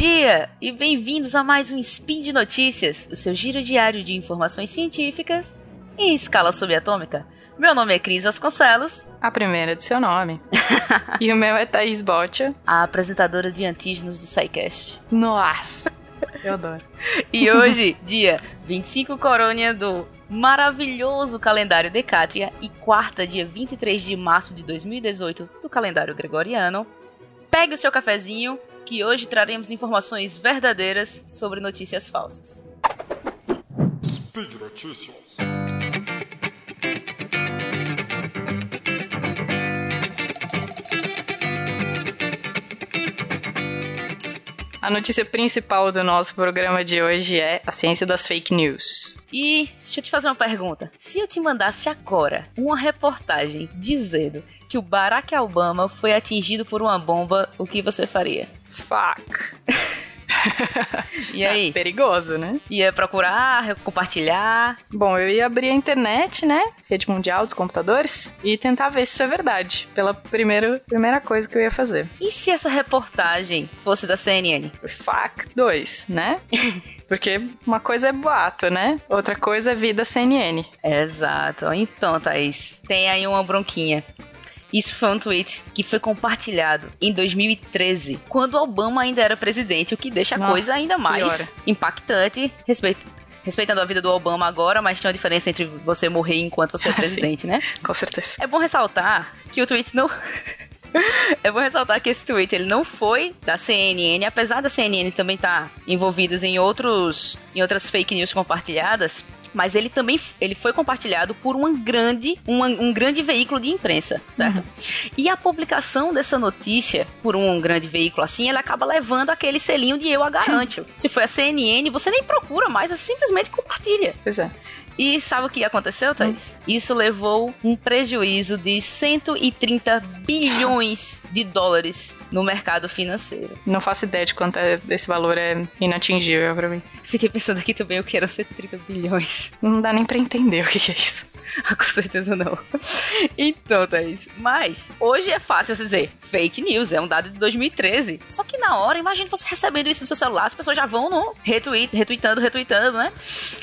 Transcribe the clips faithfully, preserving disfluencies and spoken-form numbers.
dia e bem-vindos a mais um Spin de Notícias, o seu giro diário de informações científicas em escala subatômica. Meu nome é Cris Vasconcelos. A primeira de seu nome. E o meu é Thaís Botia, a apresentadora de antígenos do SciCast. Nossa, eu adoro. E hoje, dia vinte e cinco Corônia do maravilhoso calendário Decátria e quarta, dia vinte e três de março de dois mil e dezoito do calendário Gregoriano. Pegue o seu cafezinho, que hoje traremos informações verdadeiras sobre notícias falsas. Speed Notícias. A notícia principal do nosso programa de hoje é a ciência das fake news. E deixa eu te fazer uma pergunta. Se eu te mandasse agora uma reportagem dizendo que o Barack Obama foi atingido por uma bomba, o que você faria? Fuck. E aí? É perigoso, né? Ia procurar, compartilhar? Bom, eu ia abrir a internet, né? Rede mundial dos computadores, e tentar ver se isso é verdade. Pela primeira, primeira coisa que eu ia fazer. E se essa reportagem fosse da C N N? Fact dois, né? Porque uma coisa é boato, né? Outra coisa é vida C N N. Exato. Então, Thaís, tem aí uma bronquinha. Isso foi um tweet que foi compartilhado em dois mil e treze, quando Obama ainda era presidente, o que deixa a Nossa, coisa ainda mais piora. impactante, respeito, respeitando a vida do Obama agora, mas tem uma diferença entre você morrer enquanto você é presidente, né? Com certeza. É bom ressaltar que o tweet não... É bom ressaltar que esse tweet ele não foi da C N N, apesar da C N N também estar envolvida em, outros, em outras fake news compartilhadas, mas ele também ele foi compartilhado por uma grande, uma, um grande veículo de imprensa, certo? Uhum. E a publicação dessa notícia por um grande veículo assim, ela acaba levando aquele selinho de eu a garanto. Se foi a C N N, você nem procura mais, você simplesmente compartilha. Pois é. E sabe o que aconteceu, Thaís? Hum. Isso levou um prejuízo de cento e trinta bilhões de dólares no mercado financeiro. Não faço ideia de quanto é, esse valor é inatingível pra mim. Fiquei pensando aqui também o que eram cento e trinta bilhões. Não dá nem pra entender o que, que é isso. Ah, com certeza não. Então, Thaís, mas hoje é fácil você dizer fake news, é um dado de dois mil e treze. Só que na hora, imagine você recebendo isso no seu celular, as pessoas já vão no retweet, retweetando, retweetando, né?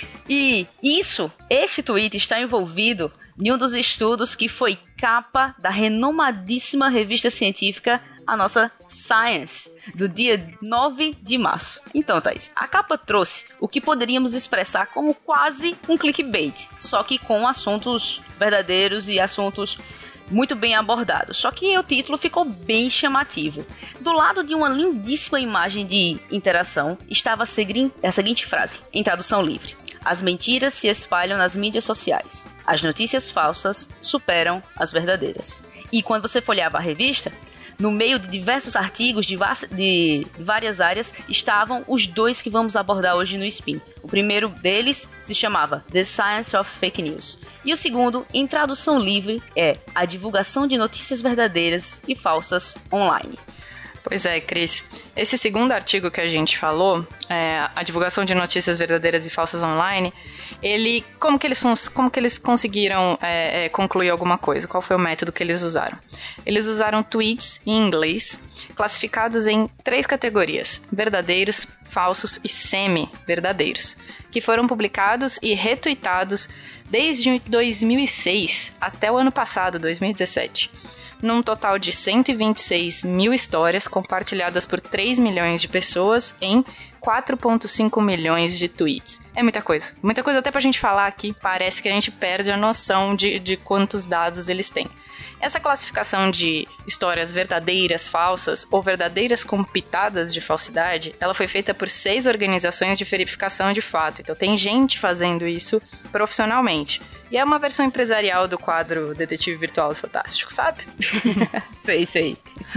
E isso, este tweet está envolvido em um dos estudos que foi capa da renomadíssima revista científica, a nossa Science, do dia nove de março. Então, Thaís, a capa trouxe o que poderíamos expressar como quase um clickbait, só que com assuntos verdadeiros e assuntos muito bem abordados. Só que o título ficou bem chamativo. Do lado de uma lindíssima imagem de interação, estava a seguinte frase, em tradução livre: as mentiras se espalham nas mídias sociais. As notícias falsas superam as verdadeiras. E quando você folheava a revista, no meio de diversos artigos de, de várias áreas, estavam os dois que vamos abordar hoje no Spin. O primeiro deles se chamava The Science of Fake News. E o segundo, em tradução livre, é a divulgação de notícias verdadeiras e falsas online. Pois é, Cris. Esse segundo artigo que a gente falou, é, a divulgação de notícias verdadeiras e falsas online, ele, como que eles, como que eles conseguiram é, é, concluir alguma coisa? Qual foi o método que eles usaram? Eles usaram tweets em inglês, classificados em três categorias: verdadeiros, falsos e semi-verdadeiros, que foram publicados e retweetados desde dois mil e seis até o ano passado, dois mil e dezessete. Num total de cento e vinte e seis mil histórias compartilhadas por três milhões de pessoas em quatro vírgula cinco milhões de tweets. É muita coisa. Muita coisa até pra gente falar aqui, parece que a gente perde a noção de, de quantos dados eles têm. Essa classificação de histórias verdadeiras, falsas ou verdadeiras com pitadas de falsidade, ela foi feita por seis organizações de verificação de fato. Então tem gente fazendo isso profissionalmente. E é uma versão empresarial do quadro Detetive Virtual do Fantástico, sabe? Sei, sei.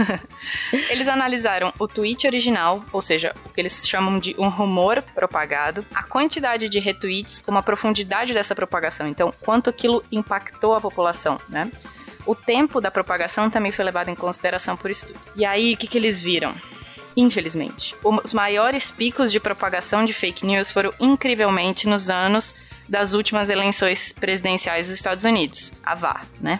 Eles analisaram o tweet original, ou seja, o que eles chamam de um rumor propagado, a quantidade de retweets, como a profundidade dessa propagação. Então, quanto aquilo impactou a população, né? O tempo da propagação também foi levado em consideração por estudo. E aí, o que, que eles viram? Infelizmente, os maiores picos de propagação de fake news foram incrivelmente nos anos das últimas eleições presidenciais dos Estados Unidos. A V A, né?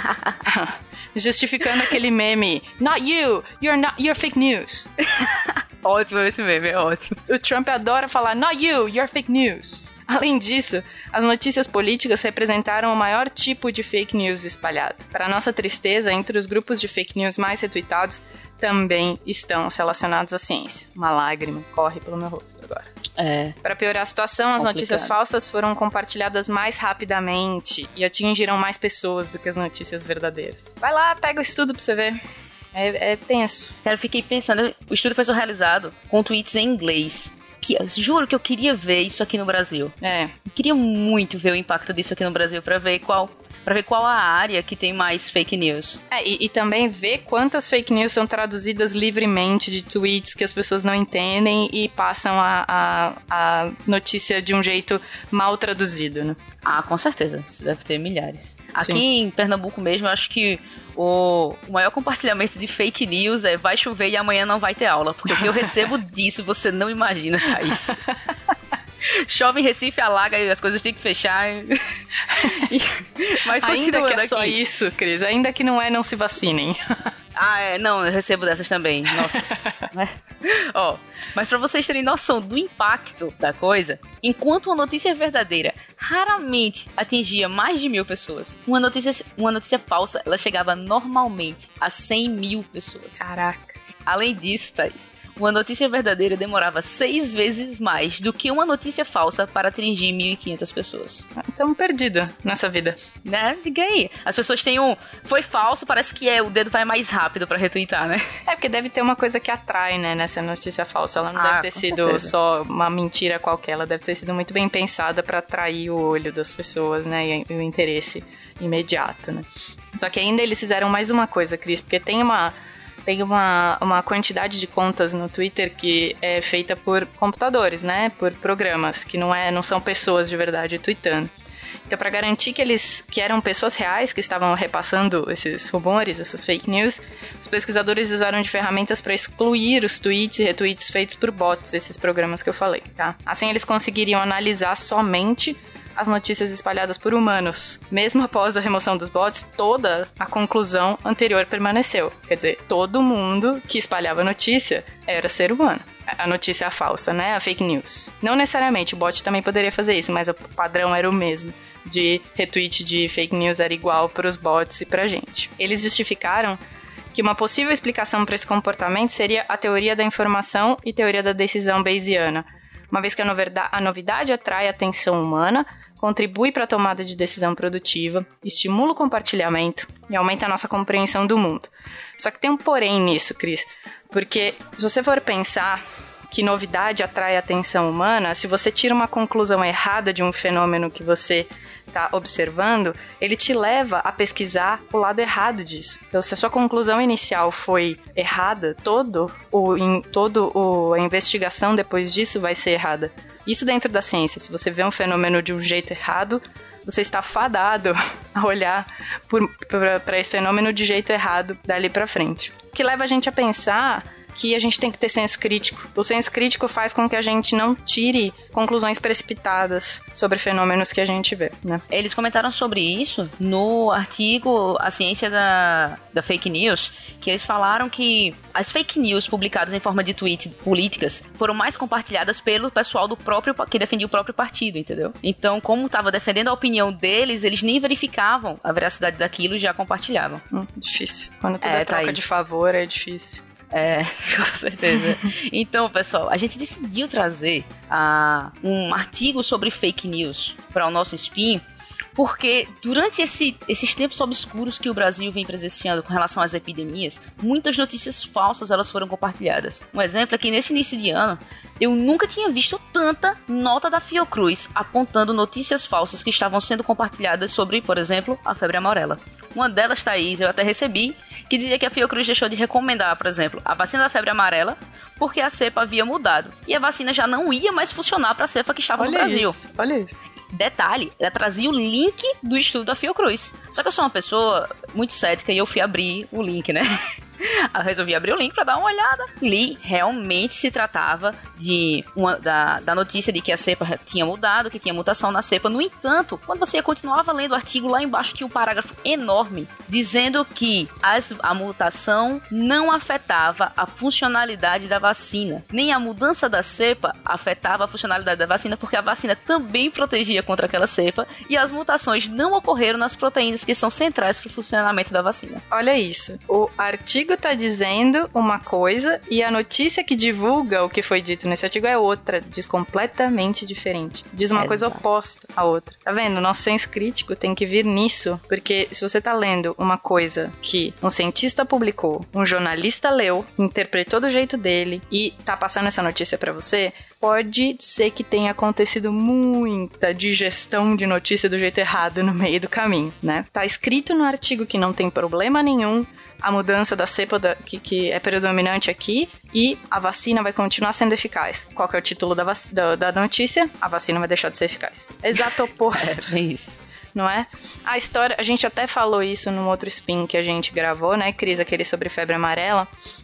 Justificando aquele meme, not you, you're, not, you're fake news. Ótimo esse meme, é ótimo. O Trump adora falar, not you, you're fake news. Além disso, as notícias políticas representaram o maior tipo de fake news espalhado. Para nossa tristeza, entre os grupos de fake news mais retweetados, também estão os relacionados à ciência. Uma lágrima corre pelo meu rosto agora. É. Para piorar a situação, as complicado. Notícias falsas foram compartilhadas mais rapidamente e atingiram mais pessoas do que as notícias verdadeiras. Vai lá, pega o estudo pra você ver. É, é tenso. Cara, eu fiquei pensando, o estudo foi só realizado com tweets em inglês. Que, juro que eu queria ver isso aqui no Brasil. É. Eu queria muito ver o impacto disso aqui no Brasil pra ver qual, pra ver qual a área que tem mais fake news. É, e, e também ver quantas fake news são traduzidas livremente de tweets que as pessoas não entendem e passam a, a, a notícia de um jeito mal traduzido, né? Ah, com certeza. Isso deve ter milhares. Aqui Sim. em Pernambuco mesmo, eu acho que o, o maior compartilhamento de fake news é vai chover e amanhã não vai ter aula. Porque o que eu recebo disso, você não imagina, Thaís. Chove em Recife, alaga e as coisas têm que fechar. Mas ainda que é aqui. só isso, Cris. Ainda que não é, não se vacinem. Ah, é, não, eu recebo dessas também. Nossa. Né? Ó, mas pra vocês terem noção do impacto da coisa, enquanto uma notícia verdadeira raramente atingia mais de mil pessoas, uma notícia, uma notícia falsa, ela chegava normalmente a cem mil pessoas. Caraca. Além disso, Thaís, uma notícia verdadeira demorava seis vezes mais do que uma notícia falsa para atingir mil e quinhentas pessoas. Estamos perdidos nessa vida. Né? Diga aí. As pessoas têm um... Foi falso, parece que é, o dedo vai mais rápido para retweetar, né? É, porque deve ter uma coisa que atrai, né, nessa notícia falsa. Ela não Ah, deve ter sido certeza. só uma mentira qualquer. Ela deve ter sido muito bem pensada para atrair o olho das pessoas, né, e o interesse imediato, né? Só que ainda eles fizeram mais uma coisa, Cris, porque tem uma... Tem uma, uma quantidade de contas no Twitter que é feita por computadores, né? Por programas, que não, é, não são pessoas de verdade tweetando. Então, para garantir que eles que eram pessoas reais que estavam repassando esses rumores, essas fake news, os pesquisadores usaram de ferramentas para excluir os tweets e retweets feitos por bots, esses programas que eu falei, tá? Assim, eles conseguiriam analisar somente as notícias espalhadas por humanos. Mesmo após a remoção dos bots, toda a conclusão anterior permaneceu. Quer dizer, todo mundo que espalhava a notícia era ser humano. A notícia falsa, né? A fake news. Não necessariamente, o bot também poderia fazer isso, mas o padrão era o mesmo. De retweet de fake news era igual para os bots e pra gente. Eles justificaram que uma possível explicação para esse comportamento seria a teoria da informação e teoria da decisão bayesiana. Uma vez que a novidade atrai a atenção humana, contribui para a tomada de decisão produtiva, estimula o compartilhamento e aumenta a nossa compreensão do mundo. Só que tem um porém nisso, Cris, porque se você for pensar que novidade atrai a atenção humana, se você tira uma conclusão errada de um fenômeno que você está observando, ele te leva a pesquisar o lado errado disso. Então, se a sua conclusão inicial foi errada, todo o, em, todo o, a investigação depois disso vai ser errada. Isso dentro da ciência. Se você vê um fenômeno de um jeito errado, você está fadado a olhar para esse fenômeno de jeito errado dali para frente. O que leva a gente a pensar que a gente tem que ter senso crítico. O senso crítico faz com que a gente não tire conclusões precipitadas sobre fenômenos que a gente vê, né? Eles comentaram sobre isso no artigo A Ciência da, da Fake News, que eles falaram que as fake news publicadas em forma de tweets políticas foram mais compartilhadas pelo pessoal do próprio, que defendia o próprio partido, entendeu? Então, como estava defendendo a opinião deles, eles nem verificavam a veracidade daquilo e já compartilhavam. Hum, difícil. Quando tudo É, é troca Thaís. de favor, é difícil. É, com certeza. Então, pessoal, a gente decidiu trazer uh, um artigo sobre fake news para o nosso Spin, porque durante esse, esses tempos obscuros que o Brasil vem presenciando com relação às epidemias, muitas notícias falsas elas foram compartilhadas. Um exemplo é que nesse início de ano, eu nunca tinha visto tanta nota da Fiocruz apontando notícias falsas que estavam sendo compartilhadas sobre, por exemplo, a febre amarela. Uma delas, Thaís, eu até recebi, que dizia que a Fiocruz deixou de recomendar, por exemplo, a vacina da febre amarela porque a cepa havia mudado e a vacina já não ia mais funcionar para a cepa que estava Olha no Brasil. Isso, olha isso. Detalhe, ela trazia o link do estudo da Fiocruz. Só que eu sou uma pessoa muito cética e eu fui abrir o link, né? Eu resolvi abrir o link pra dar uma olhada. Li, realmente se tratava de uma, da, da notícia de que a cepa tinha mudado, que tinha mutação na cepa. No entanto, quando você continuava lendo o artigo, lá embaixo tinha um parágrafo enorme dizendo que as, a mutação não afetava a funcionalidade da vacina. Nem a mudança da cepa afetava a funcionalidade da vacina, porque a vacina também protegia contra aquela cepa e as mutações não ocorreram nas proteínas que são centrais para o funcionamento da vacina. Olha isso. O artigo está dizendo uma coisa e a notícia que divulga o que foi dito nesse artigo é outra, diz completamente diferente. Diz uma Exato. Coisa oposta à outra. Tá vendo? Nosso senso crítico tem que vir nisso, porque se você tá lendo uma coisa que um cientista publicou, um jornalista leu, interpretou do jeito dele e tá passando essa notícia pra você, pode ser que tenha acontecido muita digestão de notícia do jeito errado no meio do caminho, né? Tá escrito no artigo que não tem problema nenhum a mudança da cepa da, que, que é predominante aqui e a vacina vai continuar sendo eficaz. Qual que é o título da, vac- da, da notícia? A vacina vai deixar de ser eficaz. Exato oposto. É, é isso. Não é? A história, a gente até falou isso num outro spin que a gente gravou, né, Cris? Aquele sobre febre amarela.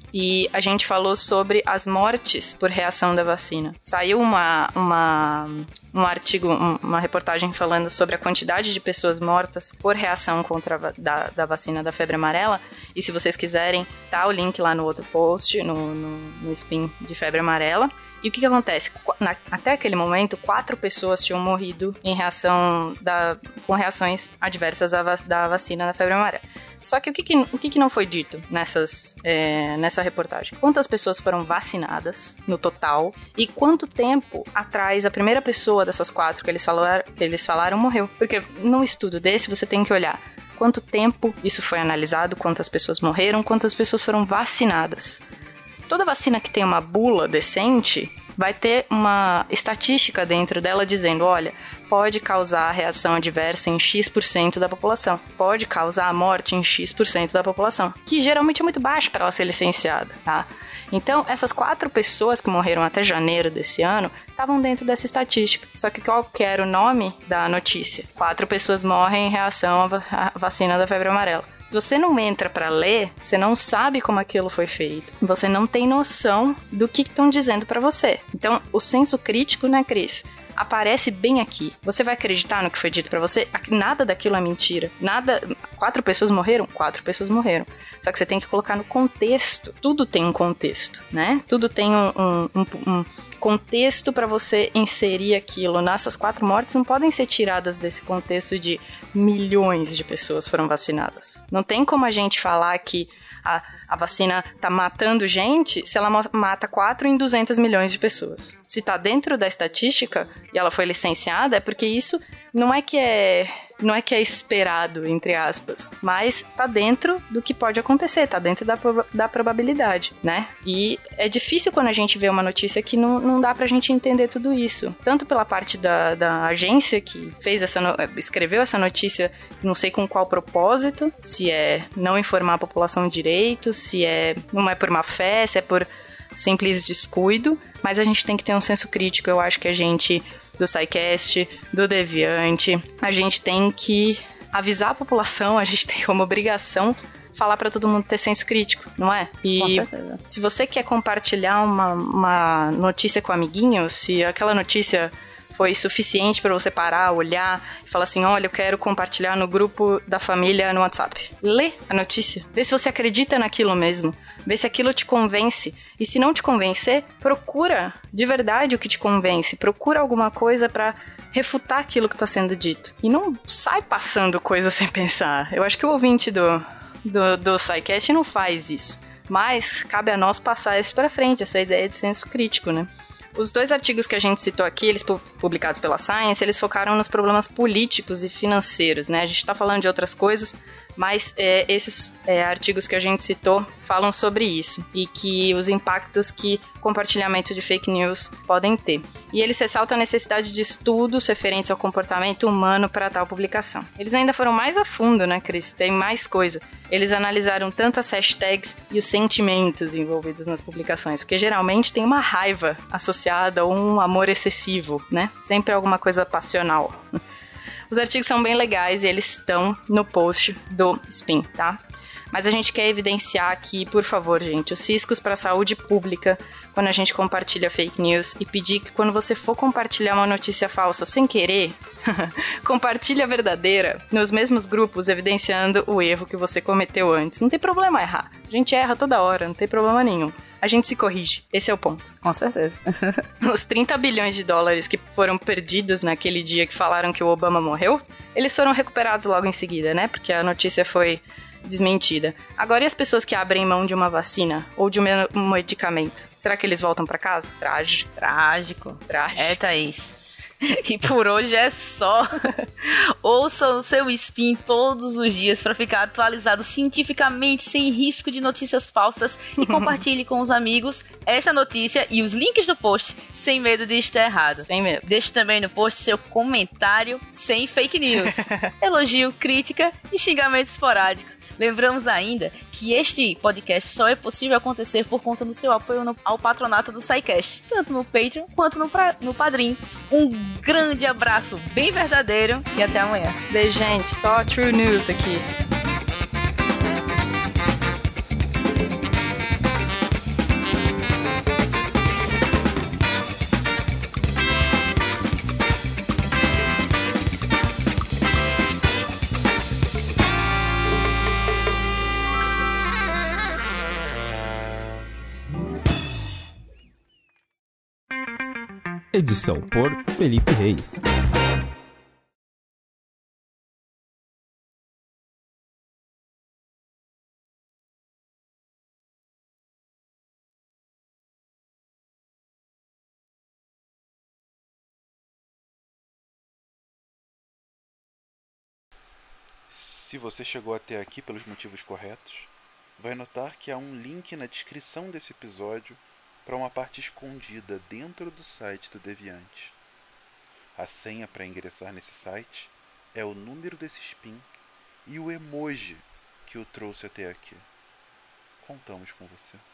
E a gente falou sobre as mortes por reação da vacina. Saiu uma, uma, um artigo, um, uma reportagem falando sobre a quantidade de pessoas mortas por reação contra a, da, da vacina da febre amarela. E se vocês quiserem, tá o link lá no outro post, no, no, no spin de febre amarela. E o que que acontece? Na, até aquele momento, quatro pessoas tinham morrido em reação da, com reações adversas da, da vacina da febre amarela. Só que o que que, o que, que não foi dito nessas, é, nessa reportagem? Quantas pessoas foram vacinadas no total e quanto tempo atrás a primeira pessoa dessas quatro que eles falaram, que eles falaram morreu? Porque num estudo desse você tem que olhar quanto tempo isso foi analisado, quantas pessoas morreram, quantas pessoas foram vacinadas. Toda vacina que tem uma bula decente vai ter uma estatística dentro dela dizendo, olha, pode causar reação adversa em X por cento da população, pode causar a morte em X por cento da população, que geralmente é muito baixo para ela ser licenciada, tá? Então, essas quatro pessoas que morreram até janeiro desse ano estavam dentro dessa estatística. Só que qual que era o nome da notícia? Quatro pessoas morrem em reação à, va- à vacina da febre amarela. Se você não entra pra ler, você não sabe como aquilo foi feito. Você não tem noção do que estão dizendo pra você. Então, o senso crítico, né, Cris? Aparece bem aqui. Você vai acreditar no que foi dito pra você? Nada daquilo é mentira. Nada... Quatro pessoas morreram? Quatro pessoas morreram. Só que você tem que colocar no contexto. Tudo tem um contexto, né? Tudo tem um, um, um, um contexto pra você inserir aquilo. Nessas quatro mortes não podem ser tiradas desse contexto de milhões de pessoas foram vacinadas. Não tem como a gente falar que a, a vacina tá matando gente se ela mata quatro em duzentos milhões de pessoas. Se tá dentro da estatística e ela foi licenciada, é porque isso não é que é... Não é que é esperado, entre aspas, mas tá dentro do que pode acontecer, tá dentro da, da probabilidade, né? E é difícil quando a gente vê uma notícia que não, não dá pra gente entender tudo isso. Tanto pela parte da, da agência que fez essa no... escreveu essa notícia, não sei com qual propósito, se é não informar a população direito, se é não é por má fé, se é por simples descuido, mas a gente tem que ter um senso crítico. Eu acho que a gente... do SciCast, do Deviante, a gente tem que avisar a população, a gente tem como obrigação falar pra todo mundo ter senso crítico, não é? E com certeza. Se você quer compartilhar uma, uma notícia com o amiguinho, se aquela notícia foi suficiente pra você parar, olhar e falar assim, olha, eu quero compartilhar no grupo da família no WhatsApp. Lê a notícia, vê se você acredita naquilo mesmo, vê se aquilo te convence. E se não te convencer, procura de verdade o que te convence, procura alguma coisa pra refutar aquilo que tá sendo dito. E não sai passando coisa sem pensar. Eu acho que o ouvinte do, do, do SciCast não faz isso. Mas cabe a nós passar isso pra frente, essa ideia de senso crítico, né? Os dois artigos que a gente citou aqui, eles publicados pela Science, eles focaram nos problemas políticos e financeiros, né? A gente tá falando de outras coisas, Mas é, esses é, artigos que a gente citou falam sobre isso e que os impactos que compartilhamento de fake news podem ter. E eles ressaltam a necessidade de estudos referentes ao comportamento humano para tal publicação. Eles ainda foram mais a fundo, né, Cris? Tem mais coisa. Eles analisaram tanto as hashtags e os sentimentos envolvidos nas publicações, porque geralmente tem uma raiva associada ou um amor excessivo, né? Sempre alguma coisa passional. Os artigos são bem legais e eles estão no post do Spin, tá? Mas a gente quer evidenciar aqui, por favor, gente, os riscos para a saúde pública quando a gente compartilha fake news e pedir que quando você for compartilhar uma notícia falsa sem querer, compartilhe a verdadeira nos mesmos grupos, evidenciando o erro que você cometeu antes. Não tem problema errar. A gente erra toda hora, não tem problema nenhum. A gente se corrige. Esse é o ponto. Com certeza. Os trinta bilhões de dólares que foram perdidos naquele dia que falaram que o Obama morreu, eles foram recuperados logo em seguida, né? Porque a notícia foi desmentida. Agora, e as pessoas que abrem mão de uma vacina ou de um medicamento? Será que eles voltam pra casa? Trágico. Trágico. Trágico. É, Thaís. E por hoje é só. Ouça o seu Spin todos os dias para ficar atualizado cientificamente, sem risco de notícias falsas, e compartilhe com os amigos esta notícia e os links do post, sem medo de estar errado. Sem medo. Deixe também no post seu comentário sem fake news, elogio, crítica e xingamento esporádico. Lembramos ainda que este podcast só é possível acontecer por conta do seu apoio no, ao patronato do SciCast, tanto no Patreon quanto no, pra, no Padrim. Um grande abraço bem verdadeiro e até amanhã. Beijo, gente. Só True News aqui. Edição por Felipe Reis. Se você chegou até aqui pelos motivos corretos, vai notar que há um link na descrição desse episódio para uma parte escondida dentro do site do Deviante. A senha para ingressar nesse site é o número desse spin e o emoji que o trouxe até aqui. Contamos com você.